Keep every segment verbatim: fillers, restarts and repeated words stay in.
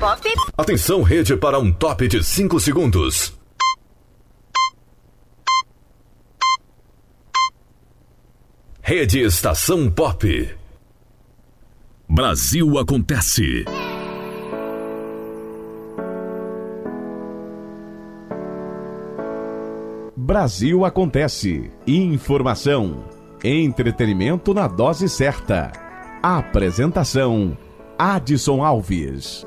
Pop. Atenção, rede, para um top de cinco segundos. Rede Estação Pop. Brasil Acontece. Brasil Acontece. Informação. Entretenimento na dose certa. Apresentação: Adson Alves.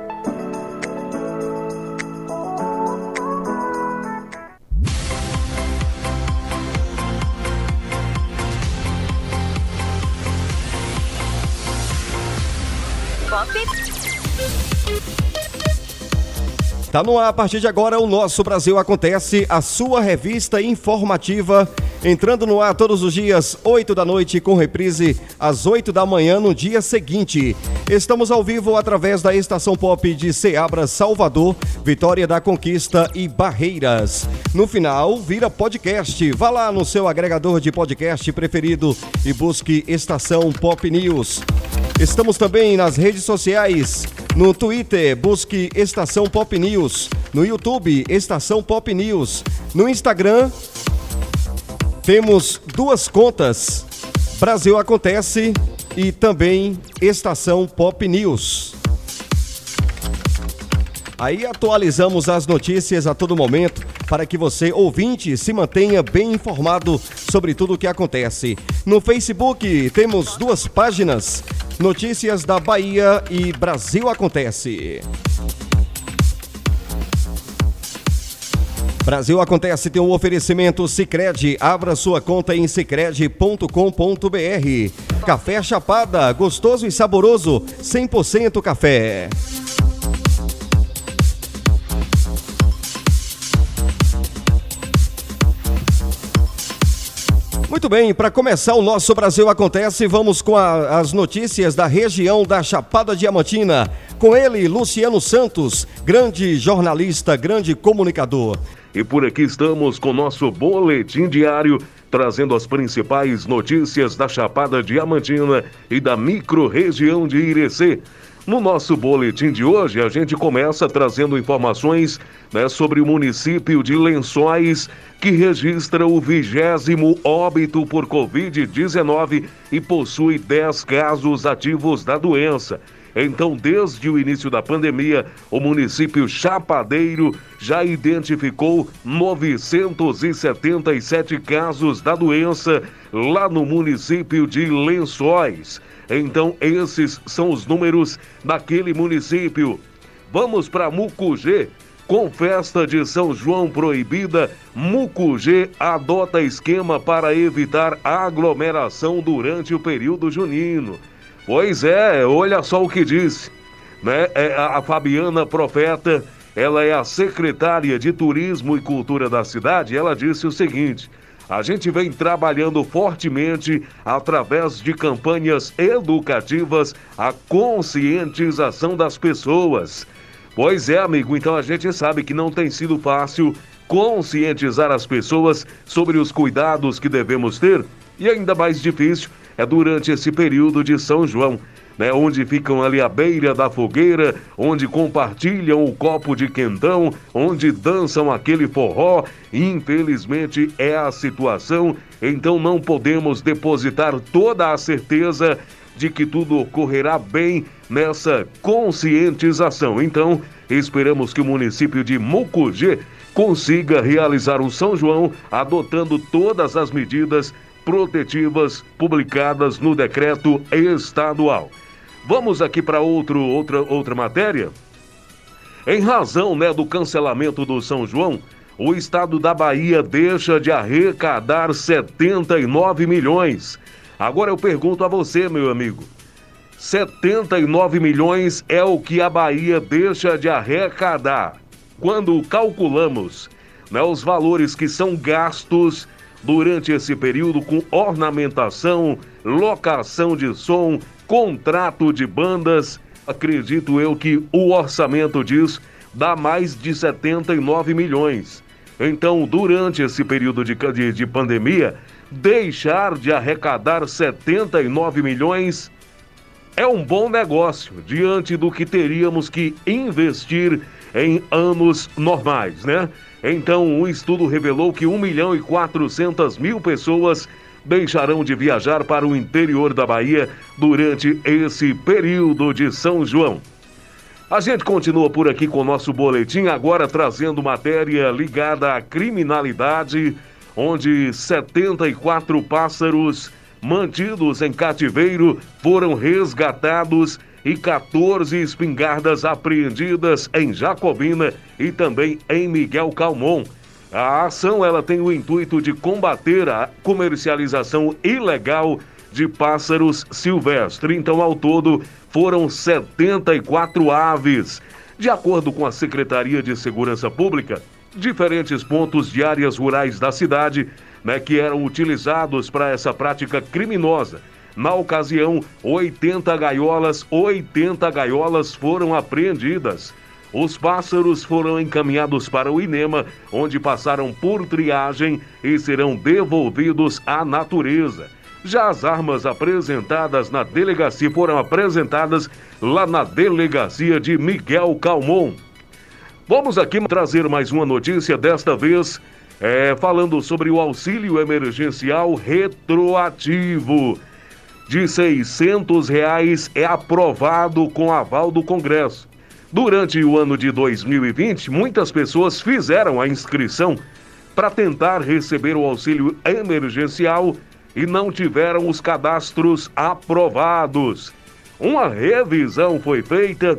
Tá no ar a partir de agora o nosso Brasil Acontece, a sua revista informativa, entrando no ar todos os dias, oito da noite, com reprise às oito da manhã no dia seguinte. Estamos ao vivo através da Estação Pop de Ceabra, Salvador, Vitória da Conquista e Barreiras. No final, vira podcast. Vá lá no seu agregador de podcast preferido e busque Estação Pop News. Estamos também nas redes sociais. No Twitter, busque Estação Pop News. No YouTube, Estação Pop News. No Instagram, temos duas contas: Brasil Acontece e também Estação Pop News. Aí atualizamos as notícias a todo momento para que você, ouvinte, se mantenha bem informado sobre tudo o que acontece. No Facebook, temos duas páginas: Notícias da Bahia e Brasil Acontece. Brasil Acontece tem um oferecimento Sicredi. Abra sua conta em sicredi ponto com ponto br. Café Chapada, gostoso e saboroso, cem por cento café. Muito bem, para começar o nosso Brasil Acontece, vamos com a, as notícias da região da Chapada Diamantina. Com ele, Luciano Santos, grande jornalista, grande comunicador. E por aqui estamos com o nosso boletim diário, trazendo as principais notícias da Chapada Diamantina e da micro-região de Irecê. No nosso boletim de hoje, a gente começa trazendo informações, né, sobre o município de Lençóis, que registra o vigésimo óbito por covid dezenove e possui dez casos ativos da doença. Então, desde o início da pandemia, o município chapadeiro já identificou novecentos e setenta e sete casos da doença lá no município de Lençóis. Então, esses são os números daquele município. Vamos para Mucugê. Com festa de São João proibida, Mucugê adota esquema para evitar aglomeração durante o período junino. Pois é, olha só o que disse, né? É a Fabiana Profeta, ela é a secretária de Turismo e Cultura da cidade. Ela disse o seguinte: a gente vem trabalhando fortemente através de campanhas educativas a conscientização das pessoas. Pois é, amigo, então a gente sabe que não tem sido fácil conscientizar as pessoas sobre os cuidados que devemos ter, e ainda mais difícil é durante esse período de São João, né, onde ficam ali à beira da fogueira, onde compartilham o copo de quentão, onde dançam aquele forró. Infelizmente é a situação, então não podemos depositar toda a certeza de que tudo ocorrerá bem nessa conscientização. Então, esperamos que o município de Mucugê consiga realizar o São João adotando todas as medidas protetivas publicadas no decreto estadual. Vamos aqui para outro, outra, outra matéria. Em razão, né, do cancelamento do São João, o estado da Bahia deixa de arrecadar setenta e nove milhões. Agora eu pergunto a você, meu amigo, setenta e nove milhões é o que a Bahia deixa de arrecadar quando calculamos, né, os valores que são gastos durante esse período com ornamentação, locação de som, contrato de bandas. Acredito eu que o orçamento disso dá mais de setenta e nove milhões. Então, durante esse período de, de, de pandemia, deixar de arrecadar setenta e nove milhões é um bom negócio diante do que teríamos que investir em anos normais, né? Então, um estudo revelou que um milhão e quatrocentas mil pessoas deixarão de viajar para o interior da Bahia durante esse período de São João. A gente continua por aqui com o nosso boletim, agora trazendo matéria ligada à criminalidade, onde setenta e quatro pássaros mantidos em cativeiro foram resgatados e quatorze espingardas apreendidas em Jacobina e também em Miguel Calmon. A ação ela tem o intuito de combater a comercialização ilegal de pássaros silvestres. Então, ao todo, foram setenta e quatro aves. De acordo com a Secretaria de Segurança Pública, diferentes pontos de áreas rurais da cidade, né, que eram utilizados para essa prática criminosa. Na ocasião, oitenta gaiolas, oitenta gaiolas foram apreendidas. Os pássaros foram encaminhados para o INEMA, onde passaram por triagem e serão devolvidos à natureza. Já as armas apresentadas na delegacia foram apresentadas lá na delegacia de Miguel Calmon. Vamos aqui trazer mais uma notícia, desta vez é, falando sobre o auxílio emergencial retroativo de seiscentos reais, é aprovado com aval do Congresso. Durante o ano de dois mil e vinte, muitas pessoas fizeram a inscrição para tentar receber o auxílio emergencial e não tiveram os cadastros aprovados. Uma revisão foi feita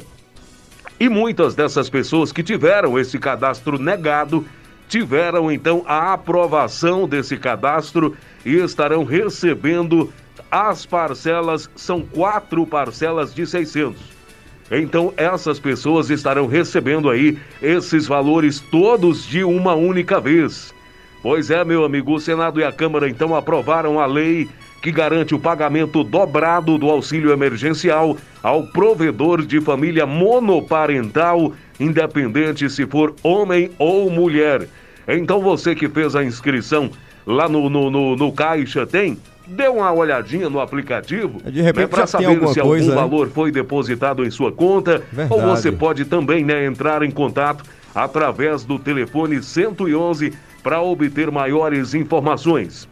e muitas dessas pessoas que tiveram esse cadastro negado tiveram então a aprovação desse cadastro e estarão recebendo as parcelas, são quatro parcelas de seiscentos. Então essas pessoas estarão recebendo aí esses valores todos de uma única vez. Pois é, meu amigo, o Senado e a Câmara então aprovaram a lei que garante o pagamento dobrado do auxílio emergencial ao provedor de família monoparental, independente se for homem ou mulher. Então você que fez a inscrição lá no, no, no, no Caixa tem, dê uma olhadinha no aplicativo, de repente, né, para saber se algum coisa, valor né? foi depositado em sua conta. Verdade. Ou você pode também, né, entrar em contato através do telefone cento e onze para obter maiores informações.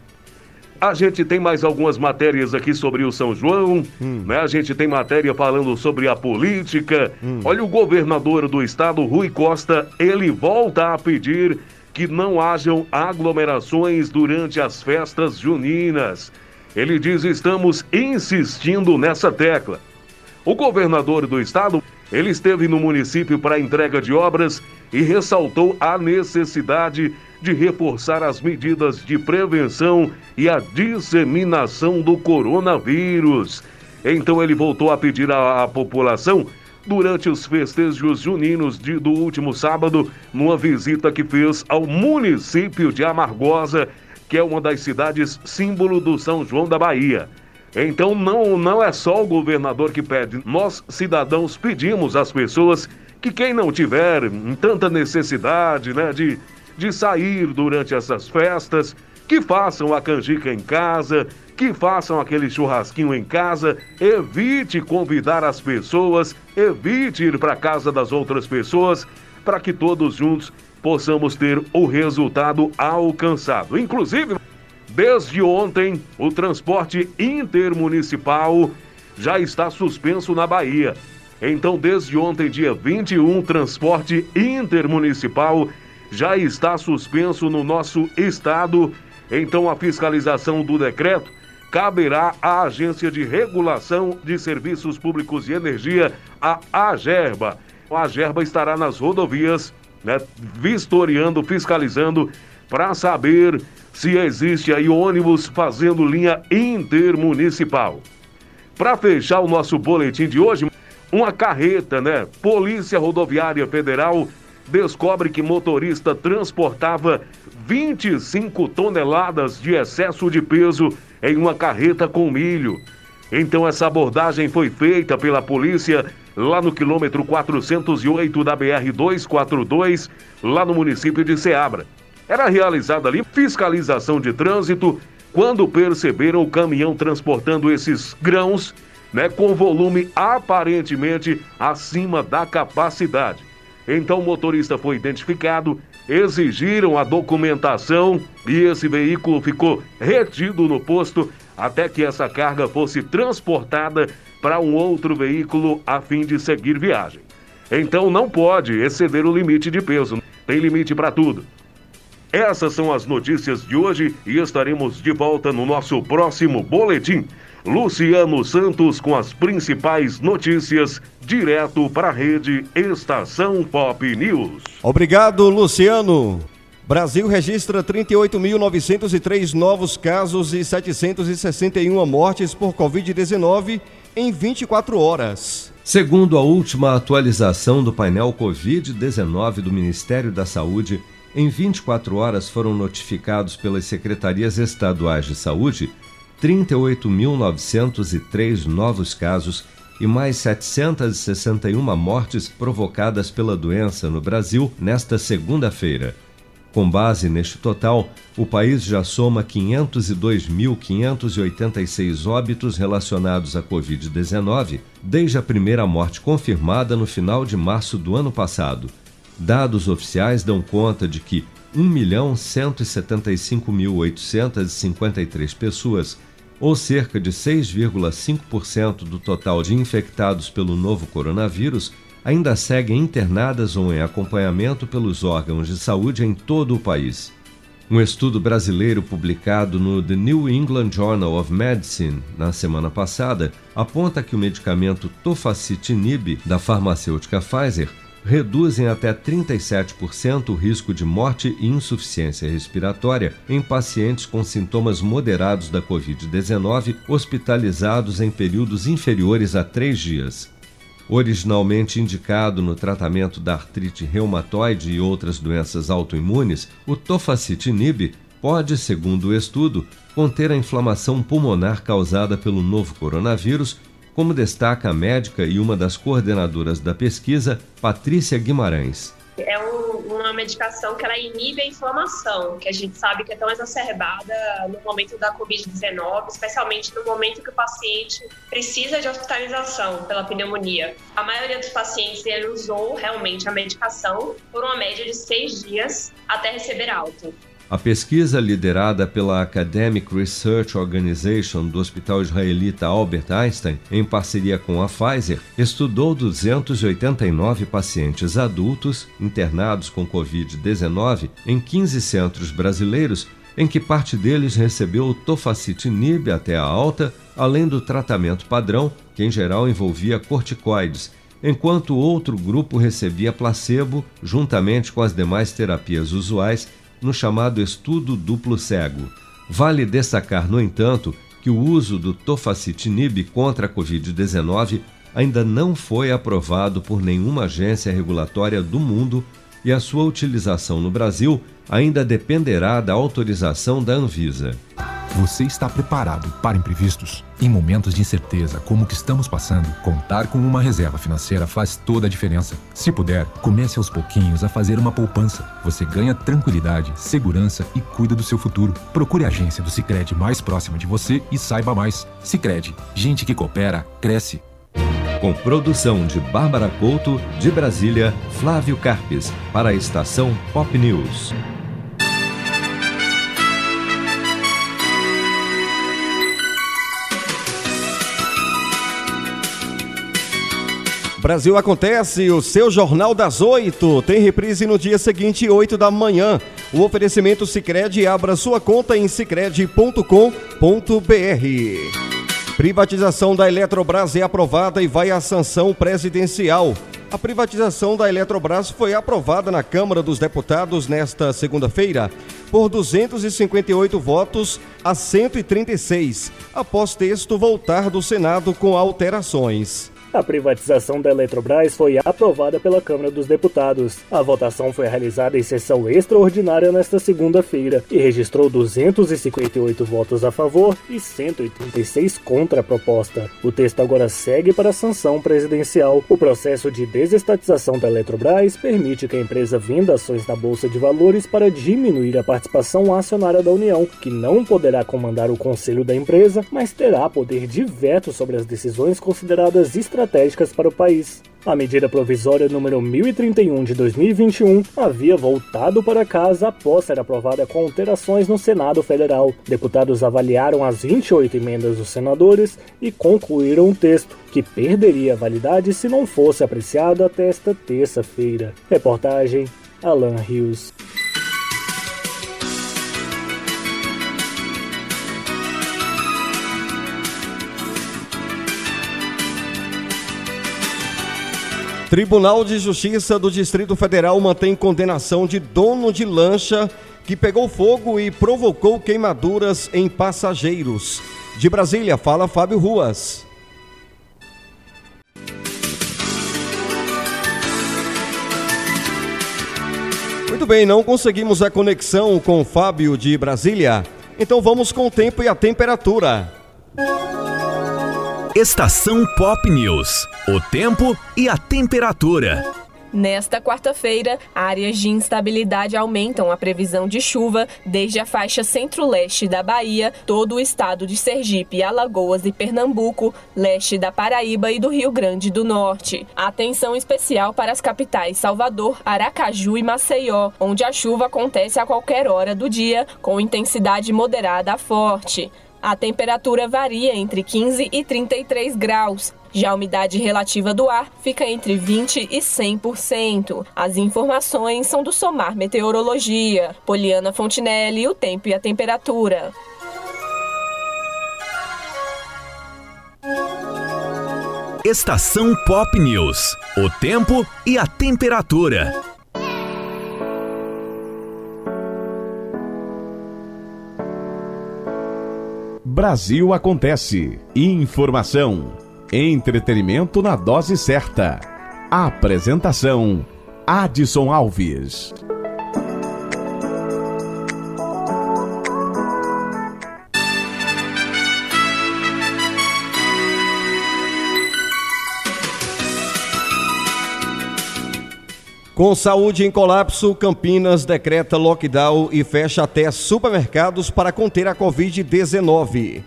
A gente tem mais algumas matérias aqui sobre o São João, hum. né? A gente tem matéria falando sobre a política. Hum. Olha, o governador do estado, Rui Costa, ele volta a pedir que não hajam aglomerações durante as festas juninas. Ele diz: estamos insistindo nessa tecla. O governador do estado, ele esteve no município para a entrega de obras e ressaltou a necessidade de reforçar as medidas de prevenção e a disseminação do coronavírus. Então ele voltou a pedir à, à população, durante os festejos juninos de, do último sábado, numa visita que fez ao município de Amargosa, que é uma das cidades símbolo do São João da Bahia. Então não, não é só o governador que pede, nós cidadãos pedimos às pessoas que quem não tiver tanta necessidade, né, de, de sair durante essas festas, que façam a canjica em casa, que façam aquele churrasquinho em casa, evite convidar as pessoas, evite ir para a casa das outras pessoas, para que todos juntos possamos ter o resultado alcançado. Inclusive, desde ontem, o transporte intermunicipal já está suspenso na Bahia. Então, desde ontem, dia vinte e um, transporte intermunicipal já está suspenso no nosso estado. Então, a fiscalização do decreto caberá à Agência de Regulação de Serviços Públicos de Energia, a AGERBA. A AGERBA estará nas rodovias, né, vistoriando, fiscalizando, para saber se existe aí ônibus fazendo linha intermunicipal. Para fechar o nosso boletim de hoje, uma carreta, né? Polícia Rodoviária Federal descobre que motorista transportava vinte e cinco toneladas de excesso de peso em uma carreta com milho. Então essa abordagem foi feita pela polícia lá no quilômetro quatrocentos e oito da B R duzentos e quarenta e dois, lá no município de Ceabra. Era realizada ali fiscalização de trânsito quando perceberam o caminhão transportando esses grãos né, com volume aparentemente acima da capacidade. Então o motorista foi identificado, exigiram a documentação e esse veículo ficou retido no posto até que essa carga fosse transportada para um outro veículo a fim de seguir viagem. Então não pode exceder o limite de peso, tem limite para tudo. Essas são as notícias de hoje e estaremos de volta no nosso próximo boletim. Luciano Santos com as principais notícias, direto para a rede Estação Pop News. Obrigado, Luciano. Brasil registra trinta e oito mil novecentos e três novos casos e setecentas e sessenta e uma mortes por covid dezenove em vinte e quatro horas. Segundo a última atualização do painel covid dezenove do Ministério da Saúde, em vinte e quatro horas foram notificados pelas secretarias estaduais de saúde trinta e oito mil novecentos e três novos casos e mais setecentas e sessenta e uma mortes provocadas pela doença no Brasil nesta segunda-feira. Com base neste total, o país já soma quinhentos e dois mil quinhentos e oitenta e seis óbitos relacionados à covid dezenove desde a primeira morte confirmada no final de março do ano passado. Dados oficiais dão conta de que um milhão cento e setenta e cinco mil oitocentas e cinquenta e três pessoas, ou cerca de seis vírgula cinco por cento do total de infectados pelo novo coronavírus, ainda seguem internadas ou em acompanhamento pelos órgãos de saúde em todo o país. Um estudo brasileiro publicado no The New England Journal of Medicine na semana passada aponta que o medicamento Tofacitinib da farmacêutica Pfizer reduz em até trinta e sete por cento o risco de morte e insuficiência respiratória em pacientes com sintomas moderados da covid dezenove hospitalizados em períodos inferiores a três dias. Originalmente indicado no tratamento da artrite reumatoide e outras doenças autoimunes, o Tofacitinib pode, segundo o estudo, conter a inflamação pulmonar causada pelo novo coronavírus, como destaca a médica e uma das coordenadoras da pesquisa, Patrícia Guimarães. É um, uma medicação que ela inibe a inflamação, que a gente sabe que é tão exacerbada no momento da covid dezenove, especialmente no momento que o paciente precisa de hospitalização pela pneumonia. A maioria dos pacientes ele usou realmente a medicação por uma média de seis dias até receber alta. A pesquisa, liderada pela Academic Research Organization do Hospital Israelita Albert Einstein, em parceria com a Pfizer, estudou duzentos e oitenta e nove pacientes adultos internados com covid dezenove em quinze centros brasileiros, em que parte deles recebeu o Tofacitinib até a alta, além do tratamento padrão, que em geral envolvia corticoides, enquanto outro grupo recebia placebo, juntamente com as demais terapias usuais, no chamado estudo duplo cego. Vale destacar, no entanto, que o uso do Tofacitinib contra a covid dezenove ainda não foi aprovado por nenhuma agência regulatória do mundo e a sua utilização no Brasil ainda dependerá da autorização da Anvisa. Você está preparado para imprevistos? Em momentos de incerteza como o que estamos passando, contar com uma reserva financeira faz toda a diferença. Se puder, comece aos pouquinhos a fazer uma poupança. Você ganha tranquilidade, segurança e cuida do seu futuro. Procure a agência do Sicredi mais próxima de você e saiba mais. Sicredi, gente que coopera, cresce. Com produção de Bárbara Couto, de Brasília, Flávio Carpes, para a Estação Pop News. Brasil Acontece, o seu Jornal das Oito, tem reprise no dia seguinte, oito da manhã. O oferecimento Sicredi, abra sua conta em sicredi ponto com ponto br. Privatização da Eletrobras é aprovada e vai à sanção presidencial. A privatização da Eletrobras foi aprovada na Câmara dos Deputados nesta segunda-feira por duzentos e cinquenta e oito votos a cento e trinta e seis, após texto voltar do Senado com alterações. A privatização da Eletrobras foi aprovada pela Câmara dos Deputados. A votação foi realizada em sessão extraordinária nesta segunda-feira e registrou duzentos e cinquenta e oito votos a favor e cento e trinta e seis contra a proposta. O texto agora segue para a sanção presidencial. O processo de desestatização da Eletrobras permite que a empresa venda ações na Bolsa de Valores para diminuir a participação acionária da União, que não poderá comandar o conselho da empresa, mas terá poder de veto sobre as decisões consideradas estratégicas para o país. A medida provisória número mil e trinta e um de dois mil e vinte e um havia voltado para casa após ser aprovada com alterações no Senado Federal. Deputados avaliaram as vinte e oito emendas dos senadores e concluíram o texto, que perderia a validade se não fosse apreciado até esta terça-feira. Reportagem Alan Rios. Tribunal de Justiça do Distrito Federal mantém condenação de dono de lancha que pegou fogo e provocou queimaduras em passageiros. De Brasília, fala Fábio Ruas. Muito bem, não conseguimos a conexão com o Fábio de Brasília, então vamos com o tempo e a temperatura. Estação Pop News, o tempo e a temperatura. Nesta quarta-feira, áreas de instabilidade aumentam a previsão de chuva desde a faixa centro-leste da Bahia, todo o estado de Sergipe, Alagoas e Pernambuco, leste da Paraíba e do Rio Grande do Norte. Atenção especial para as capitais Salvador, Aracaju e Maceió, onde a chuva acontece a qualquer hora do dia, com intensidade moderada a forte. A temperatura varia entre quinze e trinta e três graus. Já a umidade relativa do ar fica entre vinte e cem por cento. As informações são do Somar Meteorologia. Poliana Fontinelli, o tempo e a temperatura. Estação Pop News, o tempo e a temperatura. Brasil Acontece. Informação. Entretenimento na dose certa. Apresentação: Adson Alves. Com saúde em colapso, Campinas decreta lockdown e fecha até supermercados para conter a covid dezenove.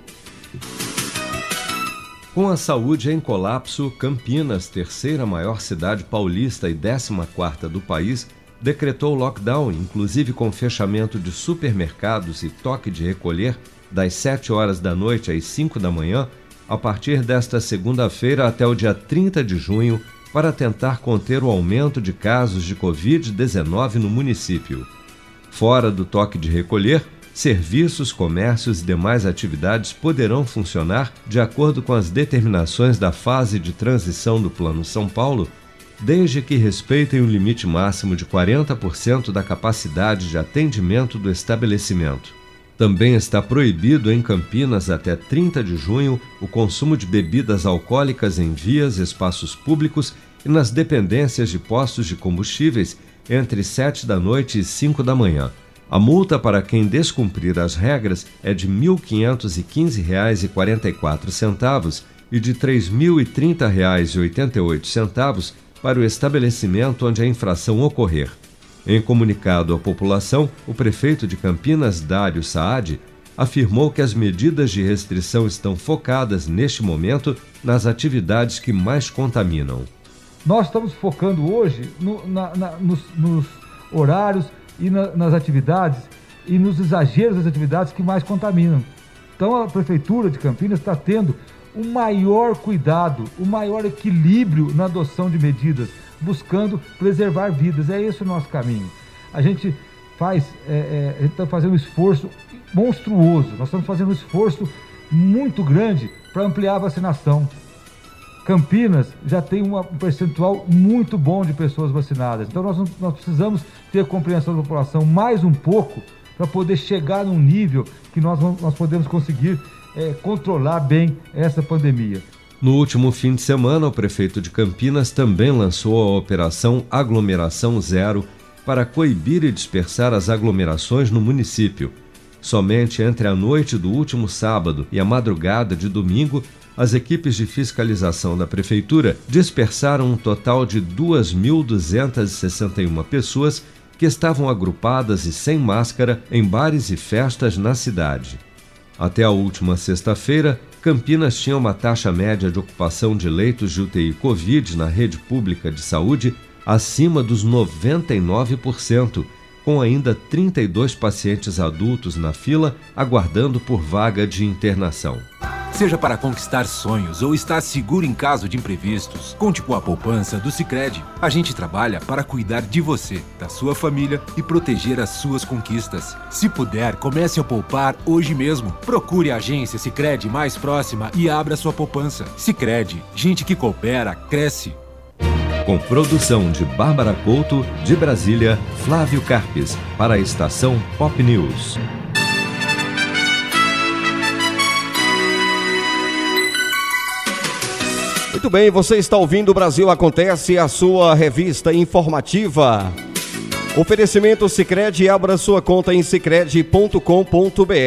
Com a saúde em colapso, Campinas, terceira maior cidade paulista e décima quarta do país, decretou lockdown, inclusive com fechamento de supermercados e toque de recolher das sete horas da noite às cinco da manhã, a partir desta segunda-feira até o dia trinta de junho, para tentar conter o aumento de casos de covid dezenove no município. Fora do toque de recolher, serviços, comércios e demais atividades poderão funcionar de acordo com as determinações da fase de transição do Plano São Paulo, desde que respeitem o limite máximo de quarenta por cento da capacidade de atendimento do estabelecimento. Também está proibido em Campinas até trinta de junho o consumo de bebidas alcoólicas em vias, espaços públicos e nas dependências de postos de combustíveis entre sete da noite e cinco da manhã. A multa para quem descumprir as regras é de mil quinhentos e quinze reais e quarenta e quatro centavos e de três mil e trinta reais e oitenta e oito centavos para o estabelecimento onde a infração ocorrer. Em comunicado à população, o prefeito de Campinas, Dário Saad, afirmou que as medidas de restrição estão focadas, neste momento, nas atividades que mais contaminam. Nós estamos focando hoje no, na, na, nos, nos horários e na, nas atividades e nos exageros das atividades que mais contaminam. Então a Prefeitura de Campinas está tendo o maior cuidado, o maior equilíbrio na adoção de medidas, buscando preservar vidas. É esse o nosso caminho. A gente faz, é, é, a gente está fazendo um esforço monstruoso, nós estamos fazendo um esforço muito grande para ampliar a vacinação. Campinas já tem uma, um percentual muito bom de pessoas vacinadas, então nós, nós precisamos ter a compreensão da população mais um pouco para poder chegar num nível que nós, nós podemos conseguir é, controlar bem essa pandemia. No último fim de semana, o prefeito de Campinas também lançou a Operação Aglomeração Zero para coibir e dispersar as aglomerações no município. Somente entre a noite do último sábado e a madrugada de domingo, as equipes de fiscalização da prefeitura dispersaram um total de duas mil duzentas e sessenta e uma pessoas que estavam agrupadas e sem máscara em bares e festas na cidade. Até a última sexta-feira, Campinas tinha uma taxa média de ocupação de leitos de U T I Covid na rede pública de saúde acima dos noventa e nove por cento, com ainda trinta e dois pacientes adultos na fila aguardando por vaga de internação. Seja para conquistar sonhos ou estar seguro em caso de imprevistos, conte com a poupança do Sicredi. A gente trabalha para cuidar de você, da sua família e proteger as suas conquistas. Se puder, comece a poupar hoje mesmo. Procure a agência Sicredi mais próxima e abra sua poupança. Sicredi, gente que coopera, cresce. Com produção de Bárbara Couto, de Brasília, Flávio Carpes, para a estação Pop News. Muito bem, você está ouvindo o Brasil Acontece, a sua revista informativa. Oferecimento Sicredi, abra sua conta em sicredi ponto com ponto br.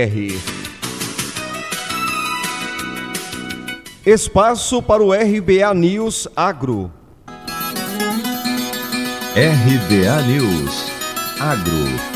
Espaço para o R B A News Agro. R B A News Agro.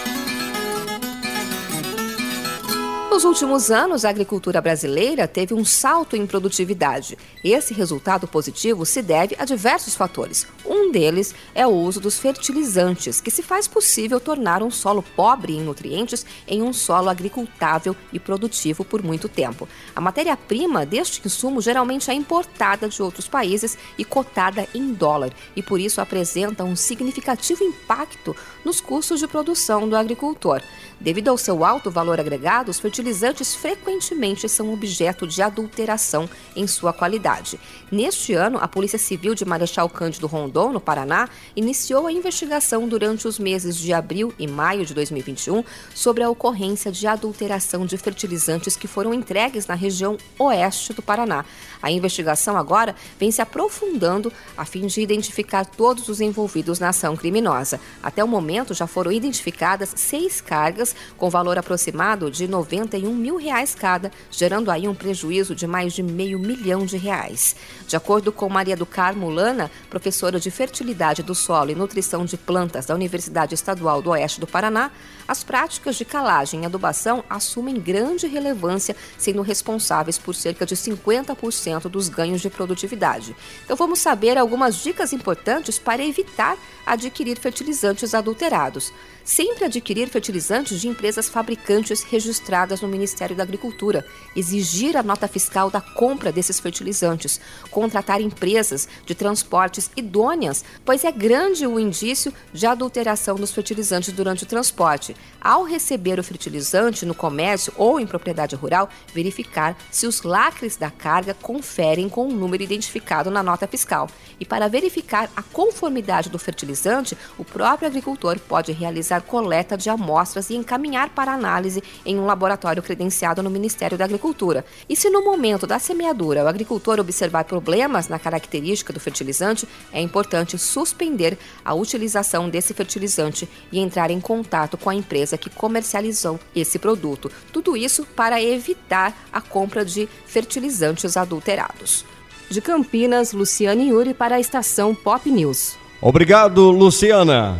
Nos últimos anos, a agricultura brasileira teve um salto em produtividade. Esse resultado positivo se deve a diversos fatores. Um deles é o uso dos fertilizantes, que se faz possível tornar um solo pobre em nutrientes em um solo agricultável e produtivo por muito tempo. A matéria-prima deste insumo geralmente é importada de outros países e cotada em dólar, e por isso apresenta um significativo impacto nos custos de produção do agricultor. Devido ao seu alto valor agregado, os fertilizantes frequentemente são objeto de adulteração em sua qualidade. Neste ano, a Polícia Civil de Marechal Cândido Rondon, no Paraná, iniciou a investigação durante os meses de abril e maio de dois mil e vinte e um sobre a ocorrência de adulteração de fertilizantes que foram entregues na região oeste do Paraná. A investigação agora vem se aprofundando a fim de identificar todos os envolvidos na ação criminosa. Até o momento, já foram identificadas seis cargas com valor aproximado de noventa e um mil reais cada, gerando aí um prejuízo de mais de meio milhão de reais. De acordo com Maria do Carmo Lana, professora de Fertilidade do Solo e Nutrição de Plantas da Universidade Estadual do Oeste do Paraná, as práticas de calagem e adubação assumem grande relevância, sendo responsáveis por cerca de cinquenta por cento dos ganhos de produtividade. Então vamos saber algumas dicas importantes para evitar adquirir fertilizantes adulterados. Sempre adquirir fertilizantes de empresas fabricantes registradas no Ministério da Agricultura, exigir a nota fiscal da compra desses fertilizantes, contratar empresas de transportes idôneas, pois é grande o indício de adulteração dos fertilizantes durante o transporte. Ao receber o fertilizante no comércio ou em propriedade rural, verificar se os lacres da carga conferem com o número identificado na nota fiscal. E para verificar a conformidade do fertilizante, o próprio agricultor pode realizar coleta de amostras e encaminhar para análise em um laboratório credenciado no Ministério da Agricultura. E se no momento da semeadura o agricultor observar problemas na característica do fertilizante, é importante suspender a utilização desse fertilizante e entrar em contato com a empresa que comercializou esse produto. Tudo isso para evitar a compra de fertilizantes adulterados. De Campinas, Luciane Yuri para a estação Pop News. Obrigado, Luciana.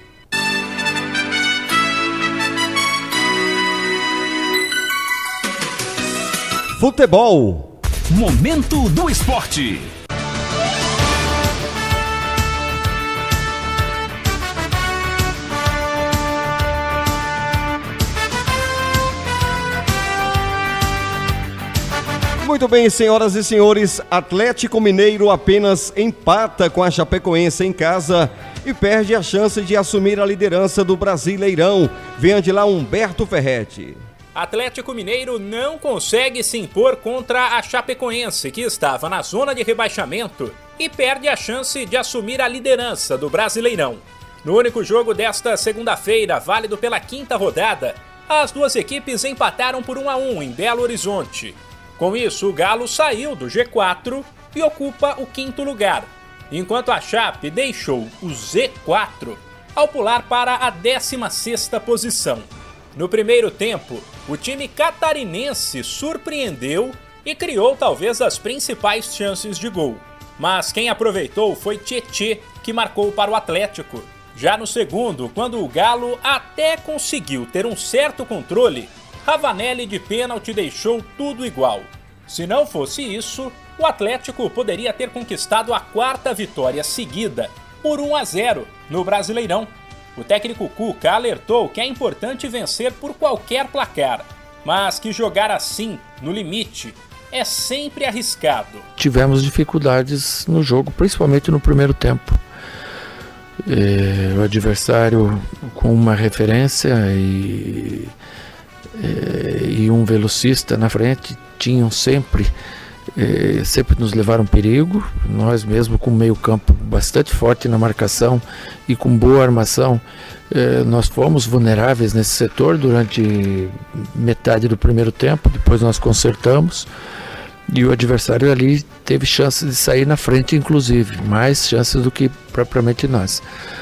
Futebol. Momento do esporte. Muito bem, senhoras e senhores, Atlético Mineiro apenas empata com a Chapecoense em casa e perde a chance de assumir a liderança do Brasileirão. Venha de lá, Humberto Ferretti. Atlético Mineiro não consegue se impor contra a Chapecoense, que estava na zona de rebaixamento, e perde a chance de assumir a liderança do Brasileirão. No único jogo desta segunda-feira, válido pela quinta rodada, as duas equipes empataram por um a um em Belo Horizonte. Com isso, o Galo saiu do G quatro e ocupa o quinto lugar, enquanto a Chape deixou o Z quatro ao pular para a décima sexta posição. No primeiro tempo, o time catarinense surpreendeu e criou talvez as principais chances de gol. Mas quem aproveitou foi Tietê, que marcou para o Atlético. Já no segundo, quando o Galo até conseguiu ter um certo controle, Ravanelli de pênalti deixou tudo igual. Se não fosse isso, o Atlético poderia ter conquistado a quarta vitória seguida por um a zero no Brasileirão. O técnico Cuca alertou que é importante vencer por qualquer placar, mas que jogar assim, no limite, é sempre arriscado. Tivemos dificuldades no jogo, principalmente no primeiro tempo. É, o adversário com uma referência e, é, e um velocista na frente tinham sempre, é, sempre nos levaram perigo. Nós mesmo com meio campo bastante forte na marcação e com boa armação, é, nós fomos vulneráveis nesse setor durante metade do primeiro tempo. Depois nós consertamos e o adversário ali teve chance de sair na frente, inclusive, mais chances do que propriamente nós.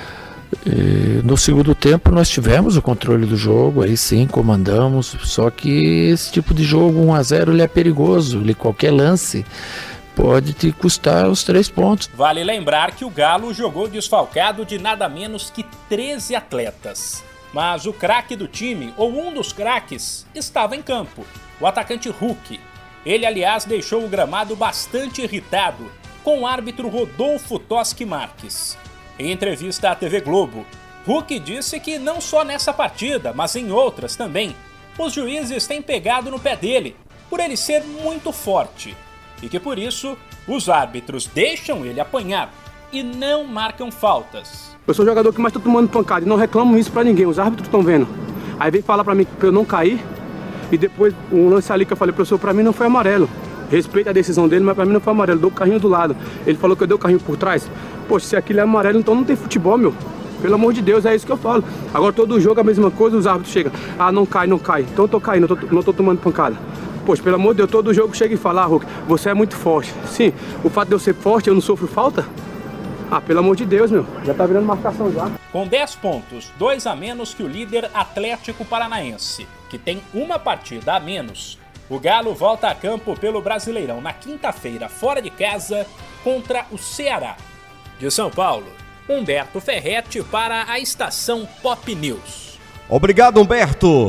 E no segundo tempo nós tivemos o controle do jogo, aí sim, comandamos, só que esse tipo de jogo um a zero ele é perigoso, ele, qualquer lance pode te custar os três pontos. Vale lembrar que o Galo jogou desfalcado de nada menos que treze atletas. Mas o craque do time, ou um dos craques, estava em campo, o atacante Hulk. Ele, aliás, deixou o gramado bastante irritado com o árbitro Rodolfo Toschi Marques. Em entrevista à T V Globo, Hulk disse que não só nessa partida, mas em outras também, os juízes têm pegado no pé dele, por ele ser muito forte, e que por isso os árbitros deixam ele apanhar e não marcam faltas. Eu sou o jogador que mais está tomando pancada e não reclamo isso pra ninguém, os árbitros estão vendo. Aí vem falar pra mim pra eu não cair. E depois, um lance ali que eu falei, professor, pra mim não foi amarelo. Respeito a decisão dele, mas pra mim não foi amarelo. Dou o carrinho do lado. Ele falou que eu dei o carrinho por trás. Poxa, se aquilo é amarelo, então não tem futebol, meu. Pelo amor de Deus, é isso que eu falo. Agora todo jogo é a mesma coisa, os árbitros chegam. Ah, não cai, não cai. Então eu tô caindo, não tô, não tô tomando pancada. Poxa, pelo amor de Deus, todo jogo chega e fala, ah, Hulk, você é muito forte. Sim, o fato de eu ser forte, eu não sofro falta? Ah, pelo amor de Deus, meu. Já tá virando marcação já. Com dez pontos, dois a menos que o líder Atlético Paranaense, que tem uma partida a menos, o Galo volta a campo pelo Brasileirão na quinta-feira, fora de casa, contra o Ceará. De São Paulo, Humberto Ferretti para a Estação Pop News. Obrigado, Humberto.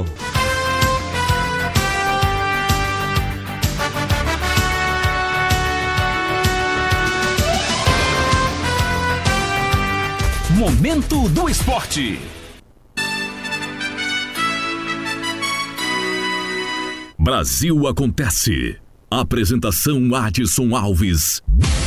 Momento do Esporte. Brasil Acontece. Apresentação Adson Alves.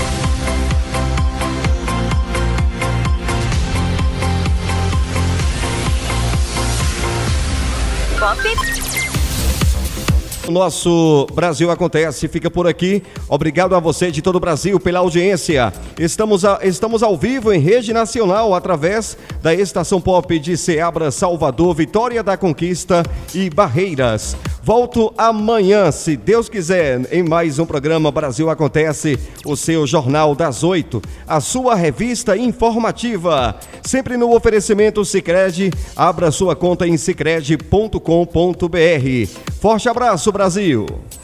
O nosso Brasil Acontece fica por aqui. Obrigado a você de todo o Brasil pela audiência. Estamos, a, estamos ao vivo em rede nacional através da Estação Pop de Ceabra, Salvador, Vitória da Conquista e Barreiras. Volto amanhã, se Deus quiser, em mais um programa Brasil Acontece, o seu Jornal das Oito, a sua revista informativa. Sempre no oferecimento Sicredi. Abra sua conta em sicredi ponto com ponto br. Forte abraço, Brasil!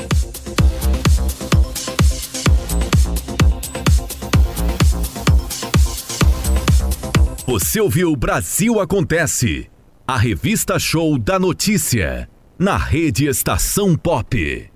Você ouviu Brasil Acontece, a revista show da notícia, na Rede Estação Pop.